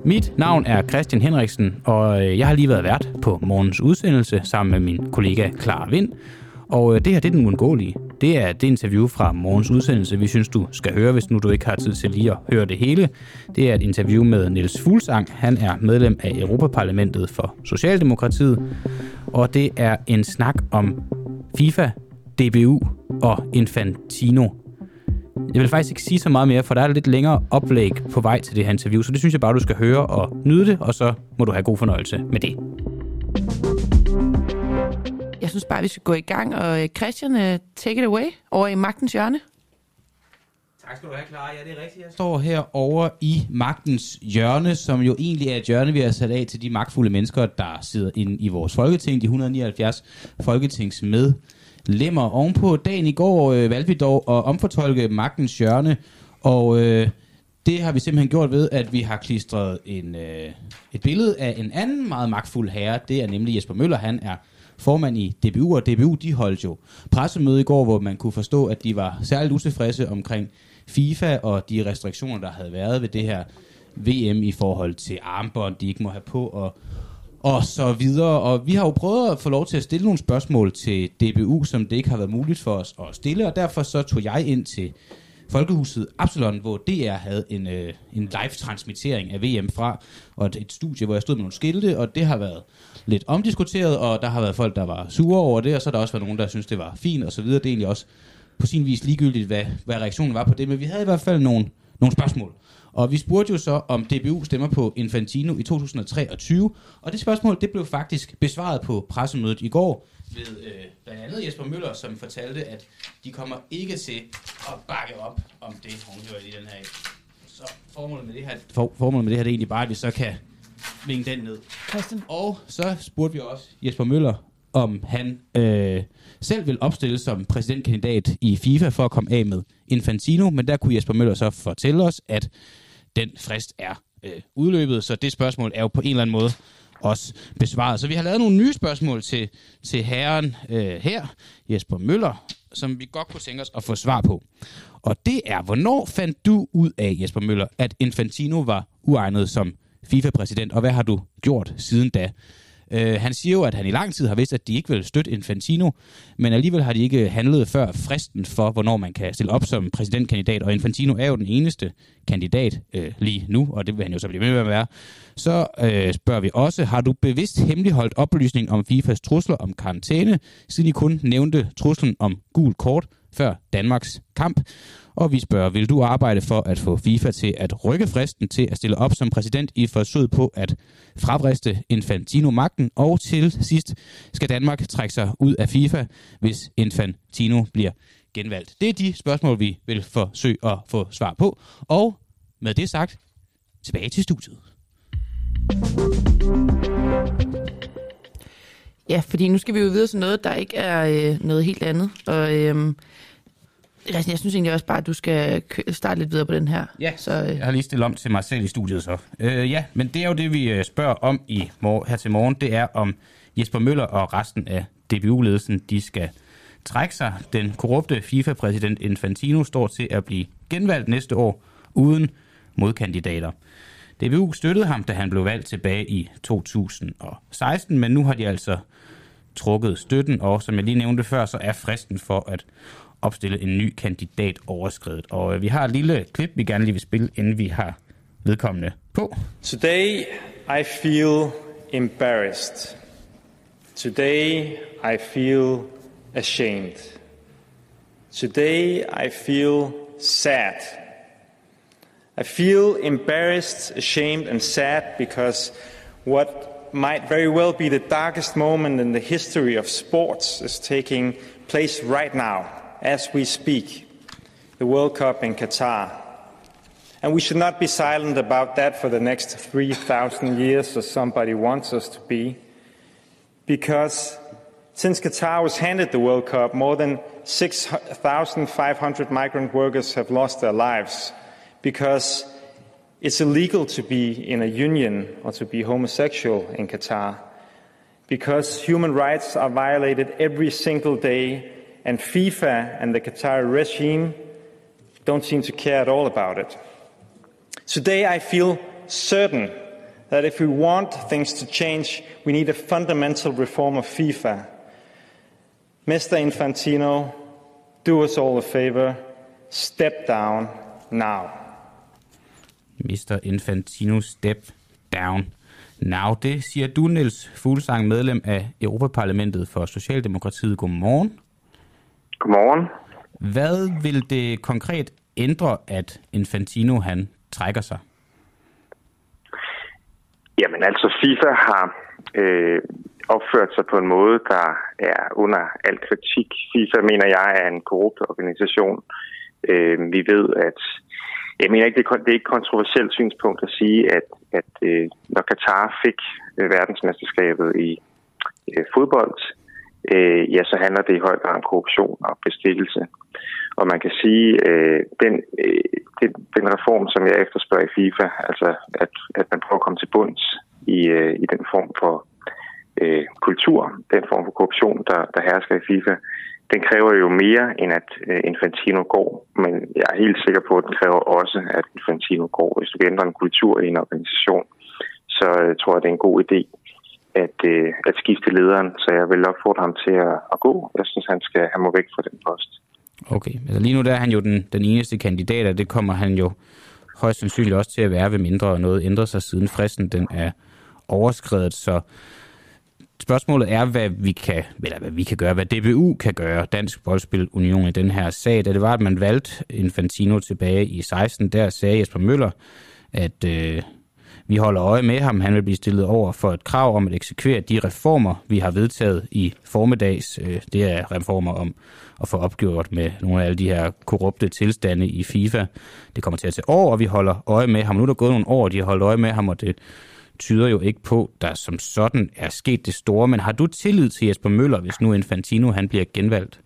Mit navn er Christian Henriksen, og jeg har lige været vært på morgens udsendelse sammen med min kollega Clara Vind. Og det her, det er Den Uundgåelige. Det er det interview fra morgens udsendelse, vi synes, du skal høre, hvis nu du ikke har tid til lige at høre det hele. Det er et interview med Niels Fuglsang. Han er medlem af Europaparlamentet for Socialdemokratiet. Og det er en snak om FIFA, DBU og Infantino. Jeg vil faktisk ikke sige så meget mere, for der er lidt længere oplæg på vej til det her interview, så det synes jeg bare, du skal høre og nyde det, og så må du have god fornøjelse med det. Jeg synes bare, vi skal gå i gang, og Christian, take it away over i Magtens Hjørne. Tak skal du have, Clara. Ja, det er rigtigt. Jeg står herovre i Magtens Hjørne, som jo egentlig er et hjørne, vi har sat af til de magtfulde mennesker, der sidder inde i vores folketing, de 179 folketingsmedlemmer. Ovenpå dagen i går valgte vi dog at omfortolke Magtens Hjørne, og det har vi simpelthen gjort ved, at vi har klistret et billede af en anden meget magtfuld herre. Det er nemlig Jesper Møller. Han er formand i DBU, og DBU, de holdt jo pressemøde i går, hvor man kunne forstå, at de var særligt utilfredse omkring FIFA og de restriktioner, der havde været ved det her VM i forhold til armbånd, de ikke må have på og så videre. Og vi har jo prøvet at få lov til at stille nogle spørgsmål til DBU, som det ikke har været muligt for os at stille, og derfor så tog jeg ind til Folkehuset Absalon, hvor DR havde en live-transmittering af VM fra, og et studie, hvor jeg stod med nogle skilte, og det har været lidt omdiskuteret, og der har været folk, der var sure over det, og så har der også været nogen, der synes det var fint, og så videre. Det er egentlig også på sin vis ligegyldigt, hvad reaktionen var på det, men vi havde i hvert fald nogle spørgsmål. Og vi spurgte jo så, om DBU stemmer på Infantino i 2023, og det spørgsmål, det blev faktisk besvaret på pressemødet i går ved blandt andet Jesper Møller, som fortalte, at de kommer ikke til at bakke op om det, hun hører i den her. Så formålet med det her, det er egentlig bare, at vi så kan vinge den ned. Christian. Og så spurgte vi også Jesper Møller, om han selv vil opstille som præsidentkandidat i FIFA for at komme af med Infantino, men der kunne Jesper Møller så fortælle os, at den frist er udløbet, så det spørgsmål er jo på en eller anden måde også besvaret. Så vi har lavet nogle nye spørgsmål til herren her, Jesper Møller, som vi godt kunne tænke os at få svar på. Og det er, hvornår fandt du ud af, Jesper Møller, at Infantino var uegnet som FIFA-præsident, og hvad har du gjort siden da? Han siger jo, at han i lang tid har vidst, at de ikke vil støtte Infantino, men alligevel har de ikke handlet før fristen for, hvornår man kan stille op som præsidentkandidat, og Infantino er jo den eneste kandidat lige nu, og det vil han jo så blive ved med at være. Så spørger vi også, har du bevidst hemmeligholdt oplysning om FIFAs trusler om karantæne, siden I kun nævnte truslen om gul kort før Danmarks kamp? Og vi spørger, vil du arbejde for at få FIFA til at rykke fristen til at stille op som præsident i forsøget på at fravriste Infantino magten? Og til sidst skal Danmark trække sig ud af FIFA, hvis Infantino bliver genvalgt. Det er de spørgsmål, vi vil forsøge at få svar på. Og med det sagt, tilbage til studiet. Ja, fordi nu skal vi jo videre til noget, der ikke er noget helt andet. Og jeg synes egentlig også bare, at du skal starte lidt videre på den her. Ja, så, jeg har lige stillet om til mig selv i studiet så. Ja, men det er jo det, vi spørger om her til morgen. Det er, om Jesper Møller og resten af DBU-ledelsen, de skal trække sig. Den korrupte FIFA-præsident Infantino står til at blive genvalgt næste år uden modkandidater. DBU støttede ham, da han blev valgt tilbage i 2016, men nu har de altså trukket støtten, og som jeg lige nævnte før, så er fristen for at opstille en ny kandidat overskredet. Og vi har et lille klip, vi gerne lige vil spille, inden vi har vedkommende på. Today I feel embarrassed. Today I feel ashamed. Today I feel sad. I feel embarrassed, ashamed and sad because what might very well be the darkest moment in the history of sports is taking place right now. As we speak, the World Cup in Qatar. And we should not be silent about that for the next 3,000 years, as somebody wants us to be. Because since Qatar was handed the World Cup, more than 6,500 migrant workers have lost their lives. Because it's illegal to be in a union or to be homosexual in Qatar. Because human rights are violated every single day. And FIFA and the Qatari regime don't seem to care at all about it. Today I feel certain that if we want things to change, we need a fundamental reform of FIFA. Mr. Infantino, do us all a favor. Step down now. Mr. Infantino, step down now. Det siger du, Niels Fuglsang, medlem af Europaparlamentet for Socialdemokratiet. Godmorgen. Godmorgen. Hvad vil det konkret ændre, at Infantino han trækker sig? Jamen altså, FIFA har opført sig på en måde, der er under al kritik. FIFA, mener jeg, er en korrupt organisation. Vi ved, at jeg mener ikke, det er ikke et kontroversielt synspunkt at sige, at når Katar fik verdensmesterskabet i fodbold, ja, så handler det i høj grad om korruption og bestikkelse. Og man kan sige, den reform, som jeg efterspørger i FIFA, altså at man prøver at komme til bunds i den form for kultur, den form for korruption, der hersker i FIFA, den kræver jo mere, end at Infantino går. Men jeg er helt sikker på, at den kræver også, at Infantino går. Hvis du ændrer en kultur i en organisation, så tror jeg, det er en god idé at skifte lederen. Så jeg vil opfordre ham til at gå. Jeg synes, han må væk fra den post. Okay, altså lige nu der er han jo den eneste kandidat, og det kommer han jo højst sandsynligt også til at være, ved mindre noget ændrer sig siden fristen den er overskredet. Så spørgsmålet er, hvad vi kan gøre, hvad DBU kan gøre, Dansk Boldspil Union, i den her sag. Da det var, at man valgte Infantino tilbage i 16, der sagde Jesper Møller, at vi holder øje med ham. Han vil blive stillet over for et krav om at eksekvere de reformer, vi har vedtaget i formiddags. Det er reformer om at få opgjort med nogle af alle de her korrupte tilstande i FIFA. Det kommer til at tage år, og vi holder øje med ham. Nu er der gået nogle år, de har holdt øje med ham, og det tyder jo ikke på, der som sådan er sket det store. Men har du tillid til Jesper Møller, hvis nu Infantino han bliver genvalgt?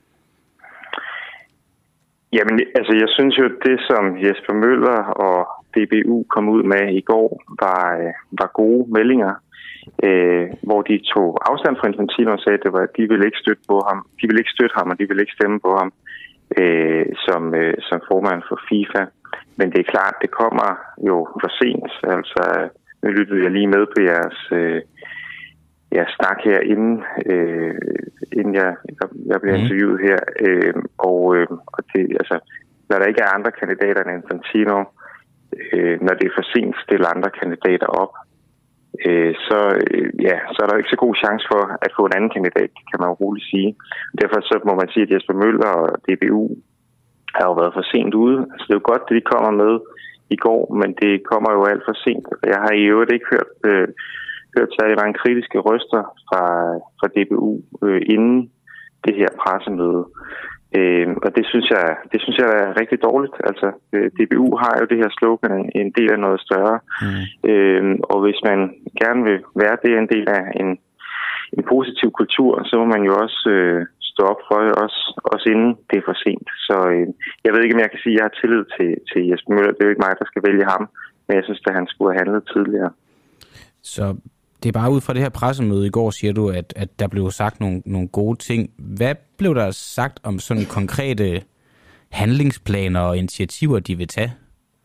Jamen, altså jeg synes jo, det som Jesper Møller og DBU kom ud med i går, var gode meldinger, hvor de tog afstand fra Infantino og sagde, at de ville ikke støtte på ham. De ville ikke støtte ham, og de ville ikke stemme på ham som formand for FIFA. Men det er klart, det kommer jo for sent. Altså, nu lyttede jeg lige med på jeres snak her, inden jeg blev interviewet her. Og det, altså, når der ikke er andre kandidater end Infantino, når det er for sent at stille andre kandidater op, så er der ikke så god chance for at få en anden kandidat, kan man jo roligt sige. Derfor så må man sige, at Jesper Møller og DBU har jo været for sent ude. Altså, det er jo godt, det de kommer med i går, men det kommer jo alt for sent. Jeg har i øvrigt ikke hørt særlig mange kritiske røster fra DBU inden det her pressemøde. Og det synes jeg er rigtig dårligt. Altså, DBU har jo det her slogan, en del af noget større. Og hvis man gerne vil være det en del af en positiv kultur, så må man jo også stå op for det, også inden det er for sent. Så jeg ved ikke, om jeg kan sige, at jeg har tillid til Jesper Møller. Det er jo ikke mig, der skal vælge ham, men jeg synes, at han skulle have handlet tidligere. Så det er bare ud fra det her pressemøde i går, siger du, at der blev sagt nogle gode ting. Hvad blev der sagt om sådan konkrete handlingsplaner og initiativer, de vil tage?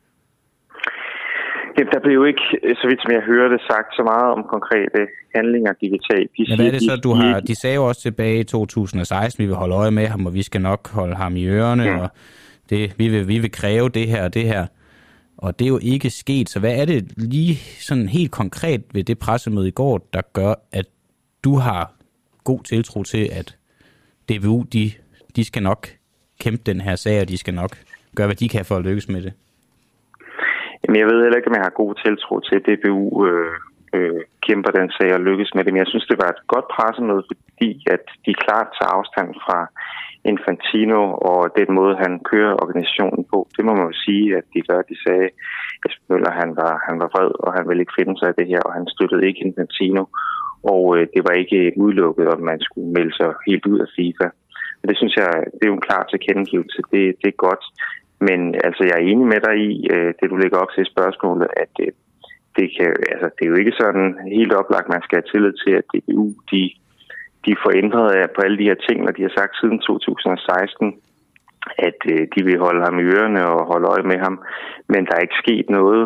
Jamen, der blev jo ikke, så vidt som jeg hører det, sagt så meget om konkrete handlinger, de vil tage. Men hvad er det så, de sagde jo også tilbage i 2016, vi vil holde øje med ham, og vi skal nok holde ham i ørerne, og vi vil kræve det her og det her. Og det er jo ikke sket, så hvad er det lige sådan helt konkret ved det pressemøde i går, der gør, at du har god tiltro til, at DBU, de skal nok kæmpe den her sag, og de skal nok gøre, hvad de kan for at lykkes med det? Jamen, jeg ved heller ikke, om jeg har god tiltro til, at DBU kæmper den sag og lykkes med det. Men jeg synes, det var et godt pressemøde, fordi at de klart tager afstand fra Infantino og den måde, han kører organisationen på. Det må man jo sige, at de gør. De sagde, at Møller, han var vred, og han ville ikke finde sig af det her, og han støttede ikke Infantino. Og det var ikke udelukket, om man skulle melde sig helt ud af FIFA. Men det synes jeg, det er jo en klar tilkendegivelse. Det er godt. Men altså, jeg er enig med dig i, det du lægger op til spørgsmålet, at det er jo ikke sådan helt oplagt, man skal have tillid til, at DBU, de får ændret på alle de her ting, når de har sagt siden 2016, at de vil holde ham i ørerne og holde øje med ham. Men der er ikke sket noget.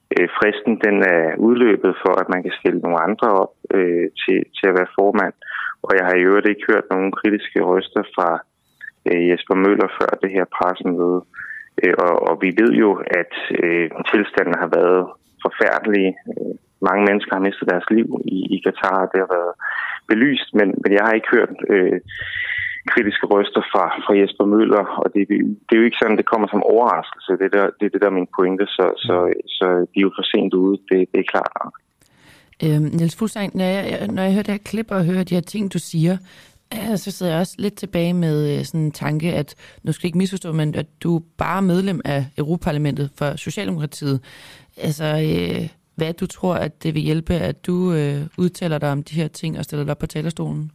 Fristen den er udløbet for, at man kan stille nogle andre op til at være formand. Og jeg har i øvrigt ikke hørt nogen kritiske røster fra Jesper Møller før det her pressemøde. Og vi ved jo, at tilstanden har været forfærdelige. Mange mennesker har mistet deres liv i Katar, det har været belyst, men jeg har ikke hørt kritiske røster fra Jesper Møller, og det er jo ikke sådan, det kommer som overraskelse. Det er det der er min pointe, så de er jo for sent ude, det er klart nok. Niels Fuglsang, når jeg hører det her klip og hører de her ting, du siger, så sidder jeg også lidt tilbage med sådan en tanke, at nu skal jeg ikke misforstå, men at du er bare medlem af Europaparlamentet for Socialdemokratiet. Altså, hvad du tror, at det vil hjælpe, at du udtaler dig om de her ting og stiller dig op på talerstolen?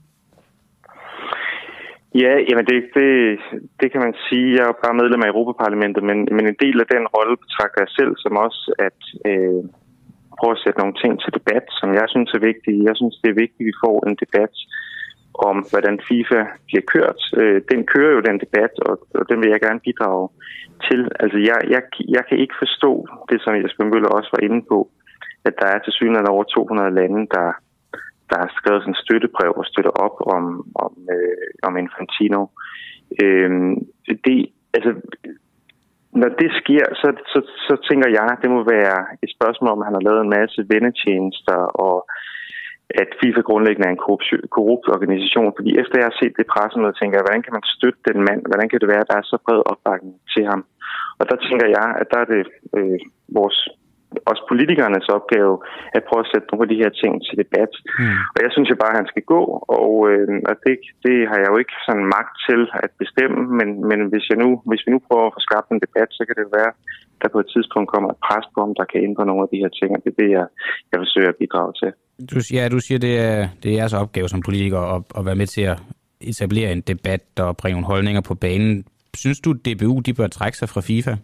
Ja, jamen det kan man sige. Jeg er bare medlem af Europaparlamentet, men en del af den rolle betragter jeg selv som også at prøve at sætte nogle ting til debat, som jeg synes er vigtige. Jeg synes, det er vigtigt, at vi får en debat om, hvordan FIFA bliver kørt. Den kører jo den debat, og den vil jeg gerne bidrage til. Altså, jeg kan ikke forstå det, som Jesper Møller også var inde på, at der er tilsyneladende over 200 lande, der har skrevet sådan en støttebrev og støtter op om Infantino. Når det sker, så tænker jeg, at det må være et spørgsmål om, at han har lavet en masse vennetjenester, og at FIFA grundlæggende er en korrupt organisation. Fordi efter jeg har set det pressemøde, tænker jeg, hvordan kan man støtte den mand? Hvordan kan det være, at der er så bred opbakning til ham? Og der tænker jeg, at der er det også politikernes opgave at prøve at sætte nogle af de her ting til debat. Og jeg synes jo bare, at han skal gå, og det har jeg jo ikke sådan magt til at bestemme, men hvis vi nu prøver at få skabt en debat, så kan det være, at der på et tidspunkt kommer et pres på, om der kan ændre nogle af de her ting, og det er det, jeg forsøger at bidrage til. Du siger, det er jeres opgave som politiker at være med til at etablere en debat og bringe nogle holdninger på banen. Synes du, at DBU de bør trække sig fra FIFA?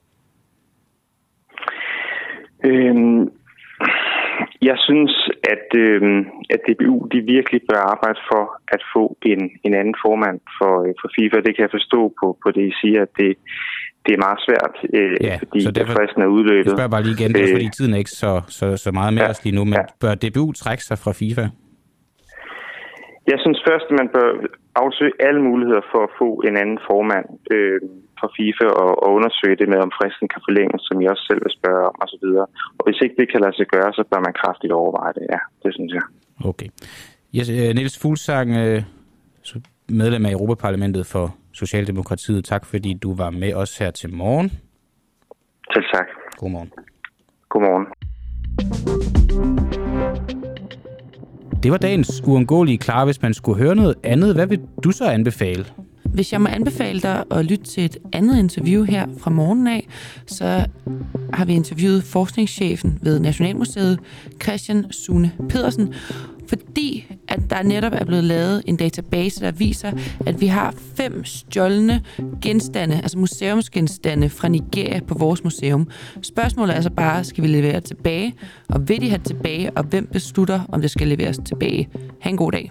Jeg synes, at DBU de virkelig bør arbejde for at få en anden formand for FIFA. Det kan jeg forstå på det, I siger, at det er meget svært, fordi fristen er udløbet. Jeg spørger bare lige igen, fordi tiden er ikke så meget med os lige nu, men bør DBU trække sig fra FIFA? Jeg synes først, at man bør afsøge alle muligheder for at få en anden formand for FIFA og undersøge det med, om fristen kan forlænges, som jeg også selv vil spørge om osv. Og hvis ikke det kan lade sig gøre, så bør man kraftigt overveje det. Ja, det synes jeg. Okay. Niels Fuglsang, medlem af Europaparlamentet for Socialdemokratiet. Tak fordi du var med os her til morgen. Selv tak. Godmorgen. Godmorgen. Det var dagens uundgåelige klar. Hvis man skulle høre noget andet, hvad vil du så anbefale? Hvis jeg må anbefale dig at lytte til et andet interview her fra morgenen af, så har vi interviewet forskningschefen ved Nationalmuseet, Christian Sune Pedersen, fordi at der netop er blevet lavet en database, der viser, at vi har 5 stjålne genstande, altså museumsgenstande fra Nigeria på vores museum. Spørgsmålet er altså bare, skal vi levere tilbage, og vil de have tilbage, og hvem beslutter, om det skal leveres tilbage? Ha' en god dag.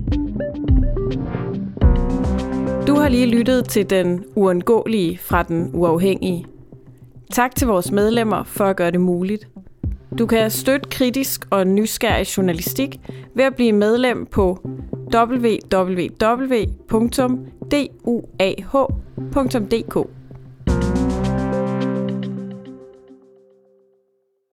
Du har lige lyttet til Den Uundgåelige fra Den Uafhængige. Tak til vores medlemmer for at gøre det muligt. Du kan støtte kritisk og nysgerrig journalistik ved at blive medlem på www.duah.dk.